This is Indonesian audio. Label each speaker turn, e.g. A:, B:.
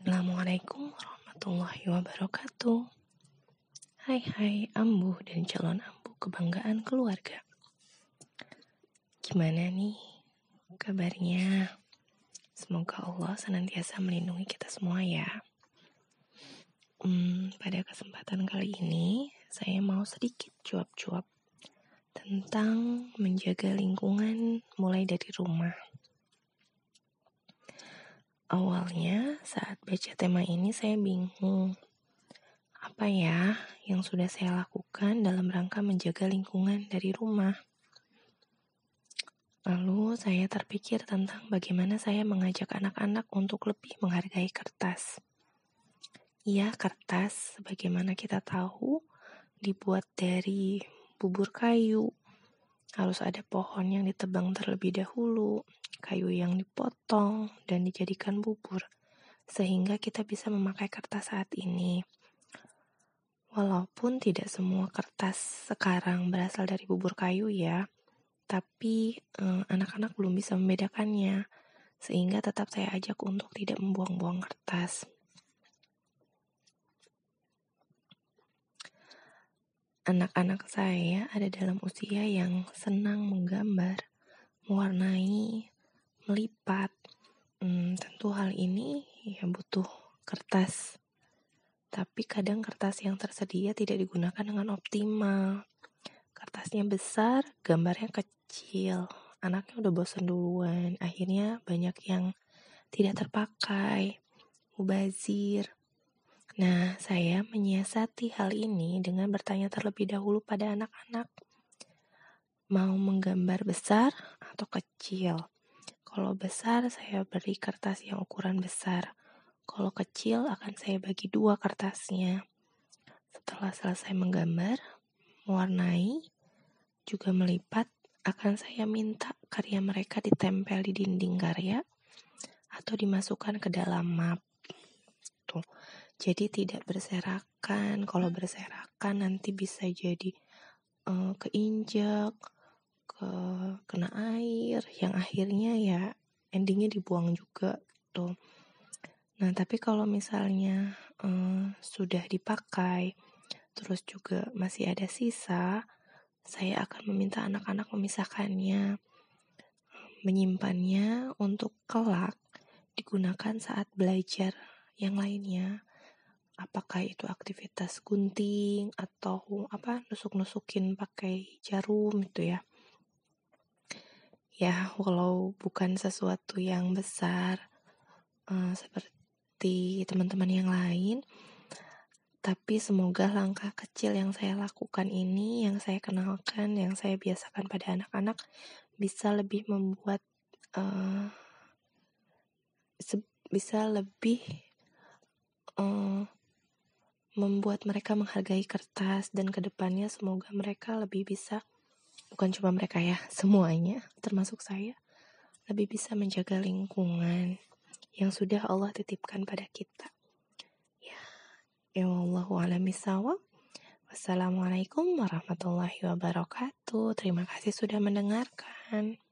A: Assalamualaikum warahmatullahi wabarakatuh. Hai ambu dan calon ambu kebanggaan keluarga. Gimana nih kabarnya? Semoga Allah senantiasa melindungi kita semua ya. Pada kesempatan kali ini saya mau sedikit cuap-cuap tentang menjaga lingkungan mulai dari rumah. Awalnya saat baca tema ini saya bingung. Apa ya yang sudah saya lakukan dalam rangka menjaga lingkungan dari rumah? Lalu saya terpikir tentang bagaimana saya mengajak anak-anak untuk lebih menghargai kertas. Iya, kertas, sebagaimana kita tahu, dibuat dari bubur kayu. Harus ada pohon yang ditebang terlebih dahulu, kayu yang dipotong dan dijadikan bubur, sehingga kita bisa memakai kertas saat ini. Walaupun tidak semua kertas sekarang berasal dari bubur kayu ya, tapi anak-anak belum bisa membedakannya, sehingga tetap saya ajak untuk tidak membuang-buang kertas. Anak-anak saya ada dalam usia yang senang menggambar, mewarnai, melipat. Tentu hal ini ya butuh kertas. Tapi kadang kertas yang tersedia tidak digunakan dengan optimal. Kertasnya besar, gambarnya kecil. Anaknya udah bosan duluan. Akhirnya banyak yang tidak terpakai, mubazir. Nah, saya menyiasati hal ini dengan bertanya terlebih dahulu pada anak-anak. Mau menggambar besar atau kecil? Kalau besar, saya beri kertas yang ukuran besar. Kalau kecil, akan saya bagi 2 kertasnya. Setelah selesai menggambar, mewarnai, juga melipat, akan saya minta karya mereka ditempel di dinding karya atau dimasukkan ke dalam map. Tuh. Jadi tidak berserakan. Kalau berserakan nanti bisa jadi keinjak, kena air, yang akhirnya ya endingnya dibuang juga tuh. Nah, tapi kalau misalnya sudah dipakai, terus juga masih ada sisa, saya akan meminta anak-anak memisahkannya, menyimpannya untuk kelak digunakan saat belajar yang lainnya. Apakah itu aktivitas gunting atau nusuk-nusukin pakai jarum gitu ya. Ya, walau bukan sesuatu yang besar seperti teman-teman yang lain, tapi semoga langkah kecil yang saya lakukan ini, yang saya kenalkan, yang saya biasakan pada anak-anak bisa lebih membuat membuat mereka menghargai kertas, dan kedepannya semoga mereka lebih bisa, bukan cuma mereka ya, semuanya termasuk saya, lebih bisa menjaga lingkungan yang sudah Allah titipkan pada kita. Ya wallahu a'lam bishawab. Wassalamualaikum warahmatullahi wabarakatuh. Terima kasih sudah mendengarkan.